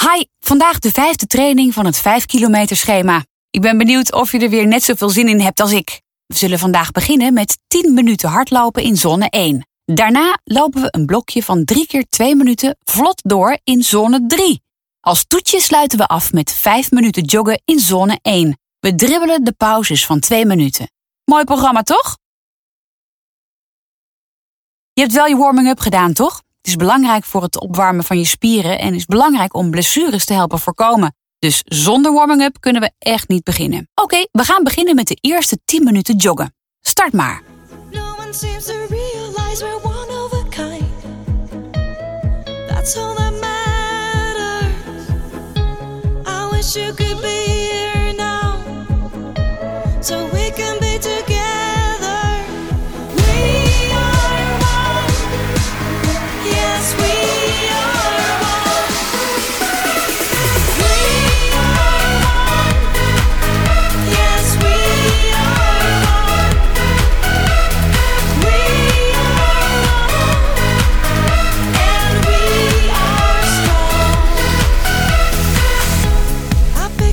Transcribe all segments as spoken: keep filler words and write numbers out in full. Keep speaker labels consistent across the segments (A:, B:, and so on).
A: Hi, vandaag de vijfde training van het vijf kilometer schema. Ik ben benieuwd of je er weer net zoveel zin in hebt als ik. We zullen vandaag beginnen met tien minuten hardlopen in zone één. Daarna lopen we een blokje van drie keer twee minuten vlot door in zone drie. Als toetje sluiten we af met vijf minuten joggen in zone één. We dribbelen de pauzes van twee minuten. Mooi programma, toch? Je hebt wel je warming-up gedaan, toch? Het is belangrijk voor het opwarmen van je spieren en is belangrijk om blessures te helpen voorkomen. Dus zonder warming-up kunnen we echt niet beginnen. Oké, okay, we gaan beginnen met de eerste tien minuten joggen. Start maar.
B: No one seems to realize we're one of a kind. That's all that matters. I wish you could be here now, so we can be together. We are one. Yes, we are one. We are one. Yes, we are one. We are one. And we are strong. I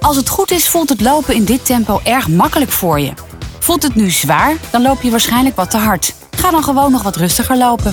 A: Als het goed is, voelt het lopen in dit tempo erg makkelijk voor je. Voelt het nu zwaar, dan loop je waarschijnlijk wat te hard. Ga dan gewoon nog wat rustiger lopen.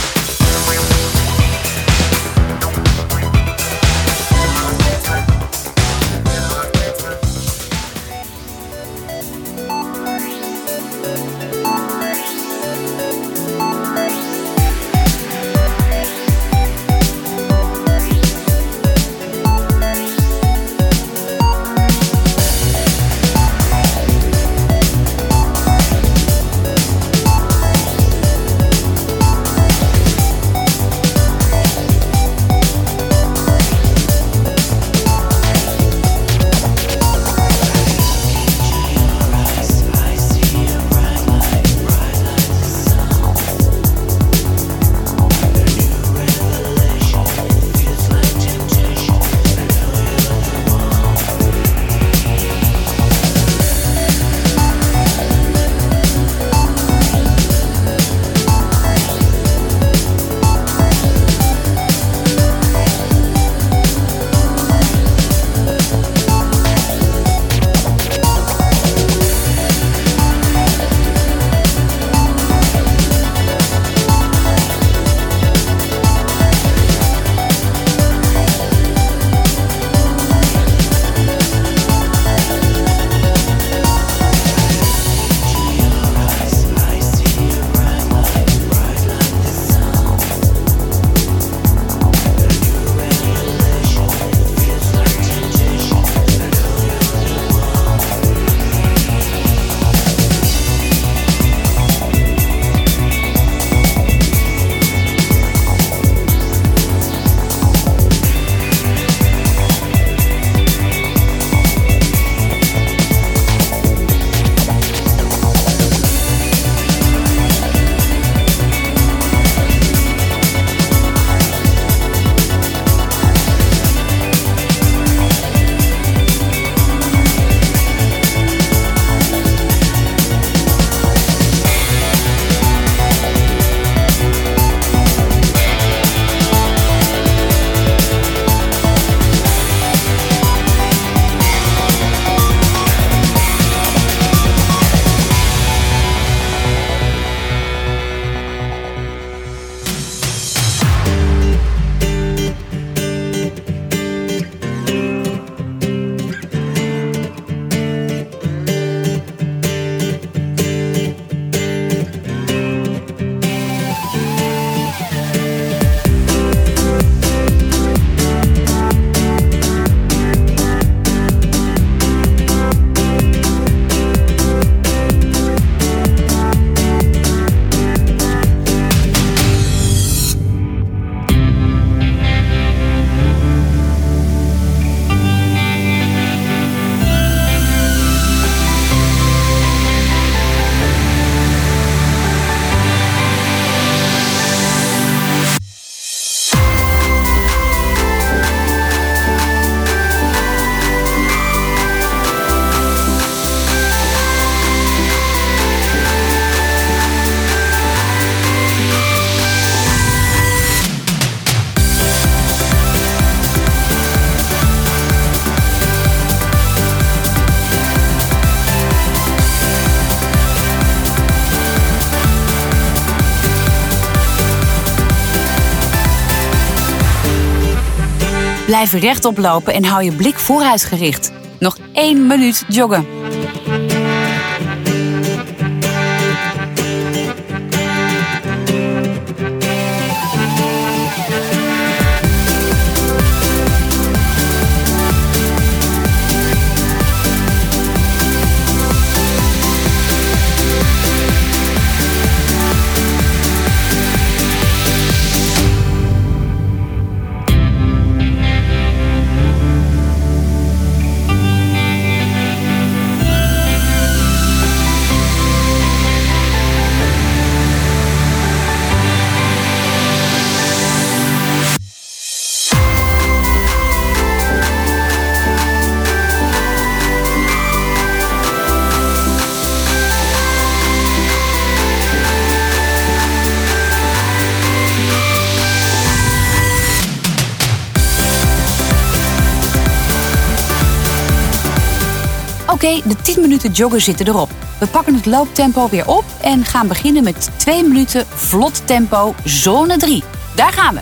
A: Blijf rechtop lopen en hou je blik vooruit gericht. Nog één minuut joggen. Oké, de tien minuten joggen zitten erop. We pakken het looptempo weer op en gaan beginnen met twee minuten vlot tempo zone drie. Daar gaan we.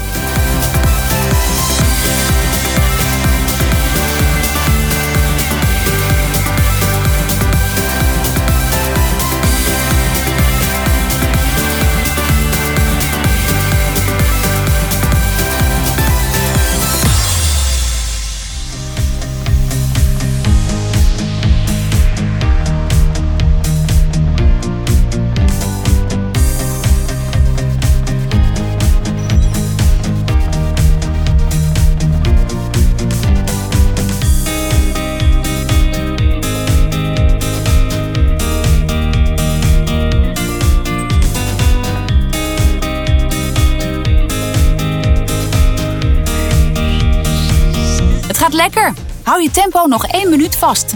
A: Het gaat lekker. Hou je tempo nog één minuut vast.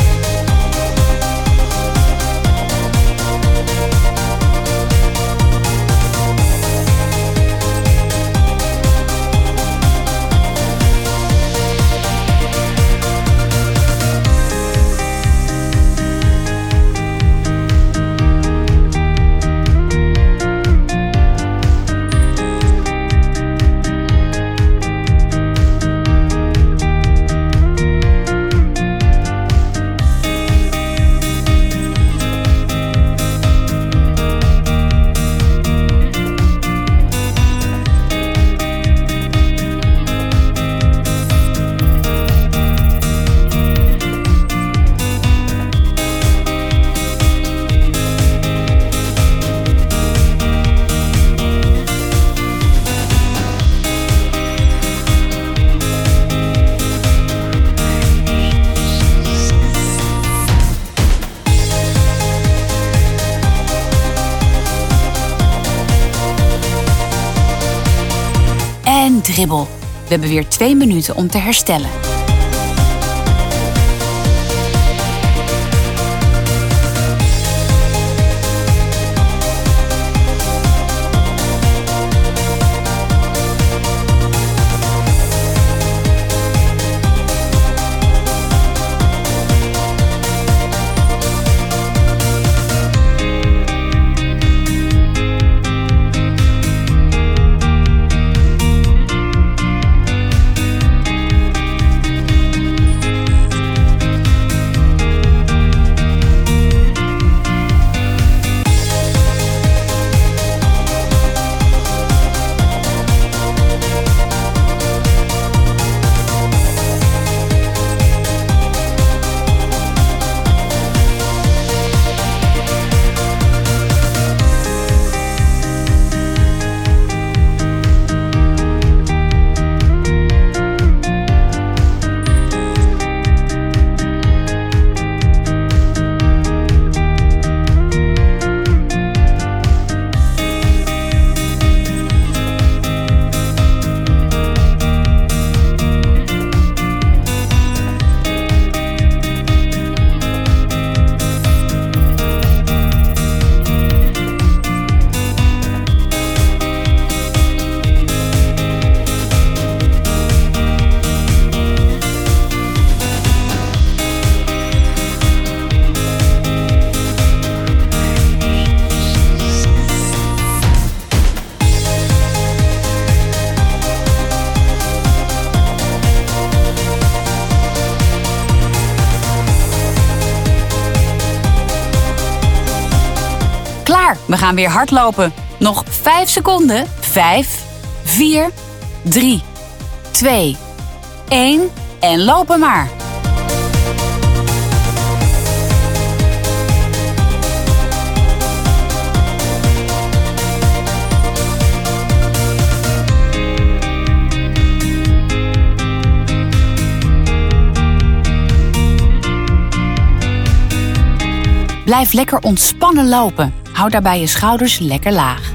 A: En dribbel. We hebben weer twee minuten om te herstellen. Klaar, we gaan weer hardlopen. Nog vijf seconden. Vijf, vier, drie, twee, één en lopen maar. Blijf lekker ontspannen lopen. Hou daarbij je schouders lekker laag.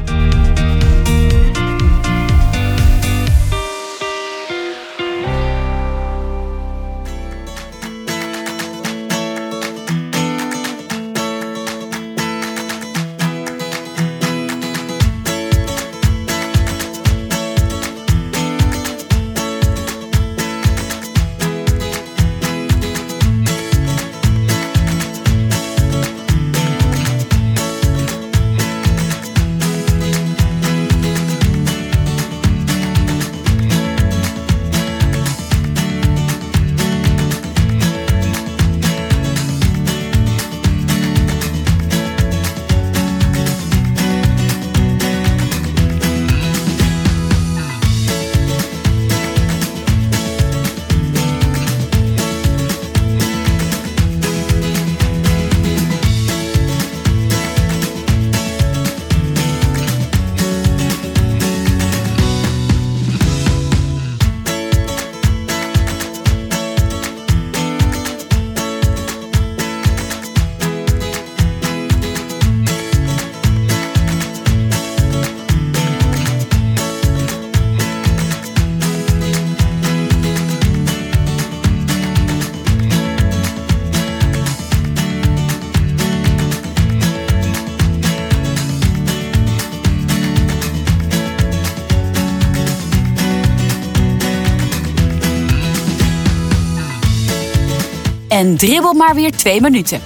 A: En dribbel maar weer twee minuten.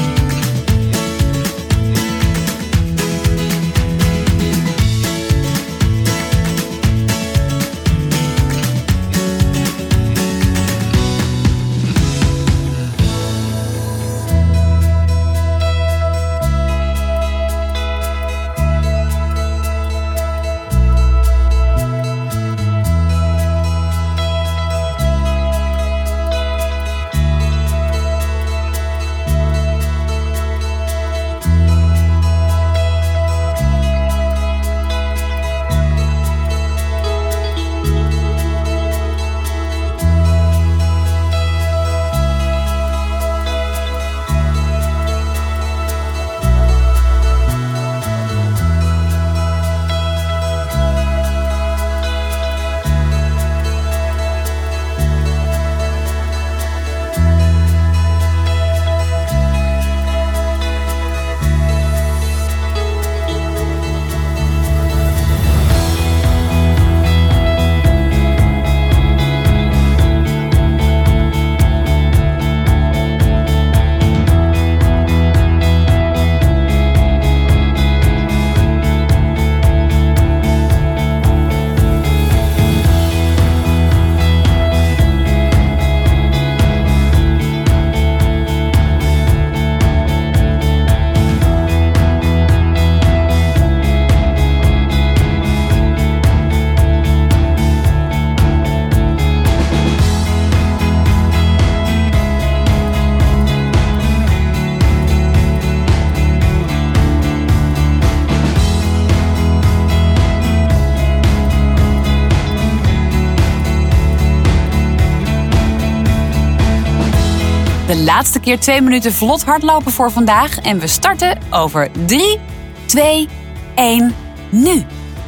A: De laatste keer twee minuten vlot hardlopen voor vandaag. En we starten over drie, twee, één, nu.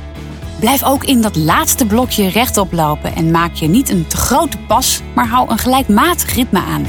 A: Blijf ook in dat laatste blokje rechtop lopen en maak je niet een te grote pas, maar hou een gelijkmatig ritme aan.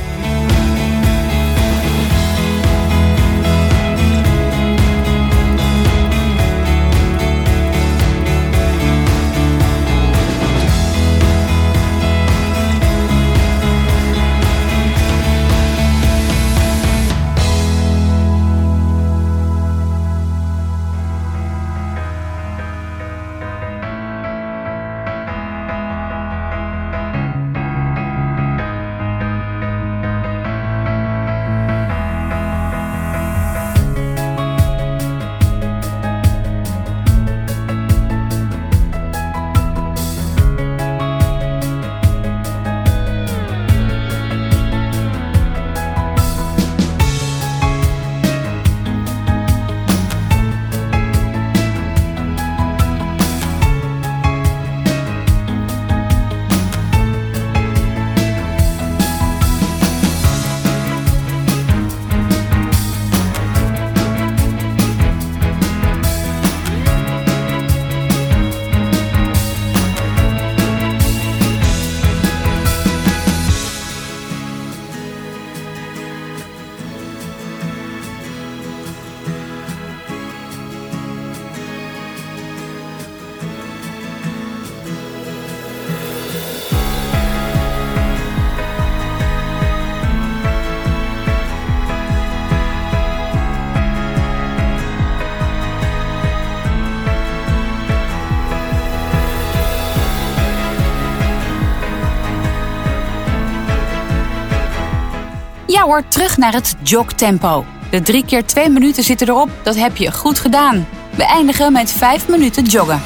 A: Ja hoor, terug naar het jogtempo. De drie keer twee minuten zitten erop, dat heb je goed gedaan. We eindigen met vijf minuten joggen.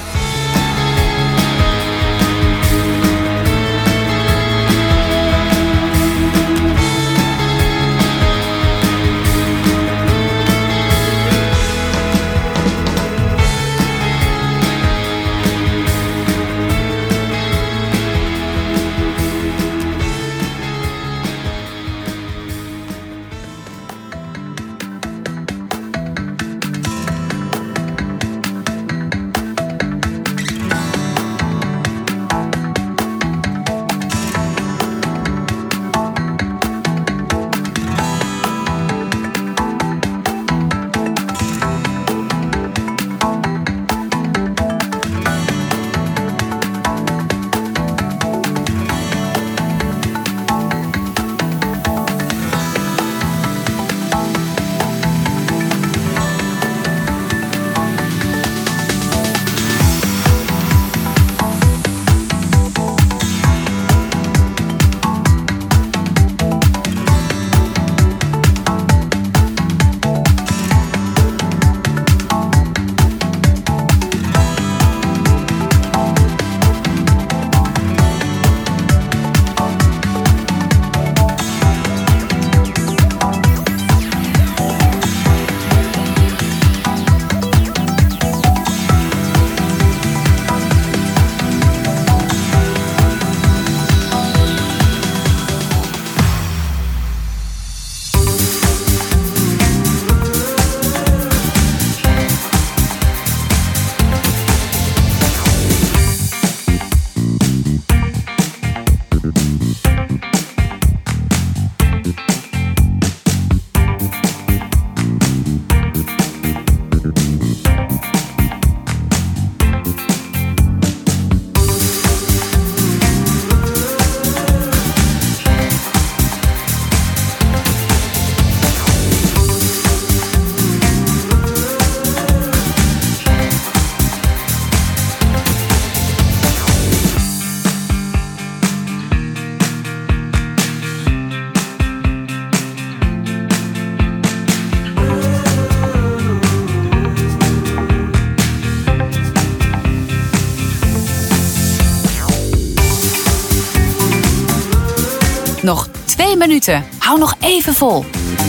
A: Nog twee minuten. Hou nog even vol.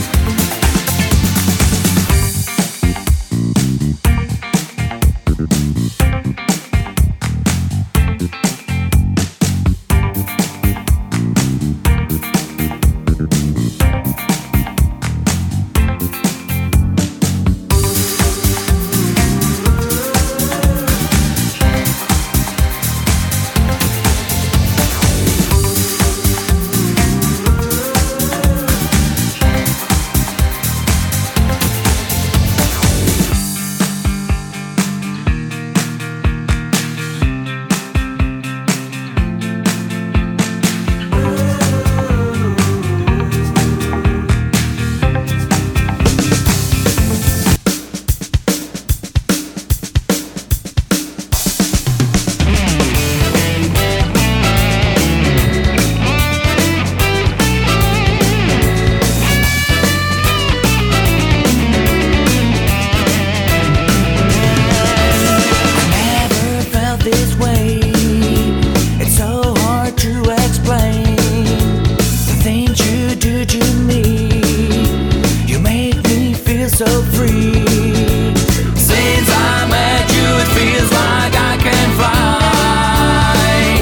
C: So free. Since I met you, it feels like I can fly.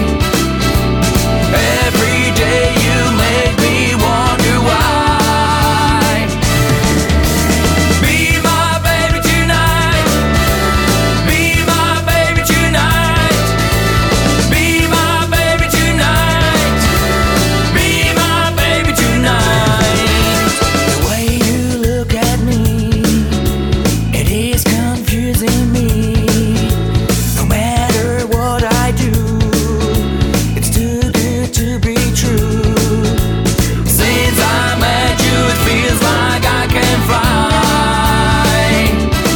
C: Every day you make me wonder why. Be my baby tonight. Be my baby tonight. Be my baby tonight. Be my baby tonight. The way you look at me, confusing me. No matter what I do, it's too good to be true. Since I met you, it feels like I can fly.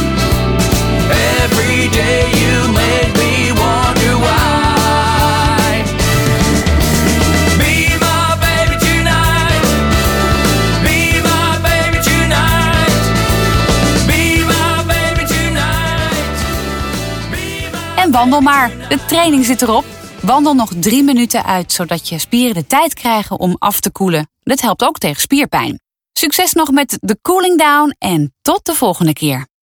C: Every day you make me wonder why. Be my baby tonight. Be my baby tonight. Be my baby tonight.
A: En wandel maar. De training zit erop. Wandel nog drie minuten uit, zodat je spieren de tijd krijgen om af te koelen. Dat helpt ook tegen spierpijn. Succes nog met de cooling down en tot de volgende keer.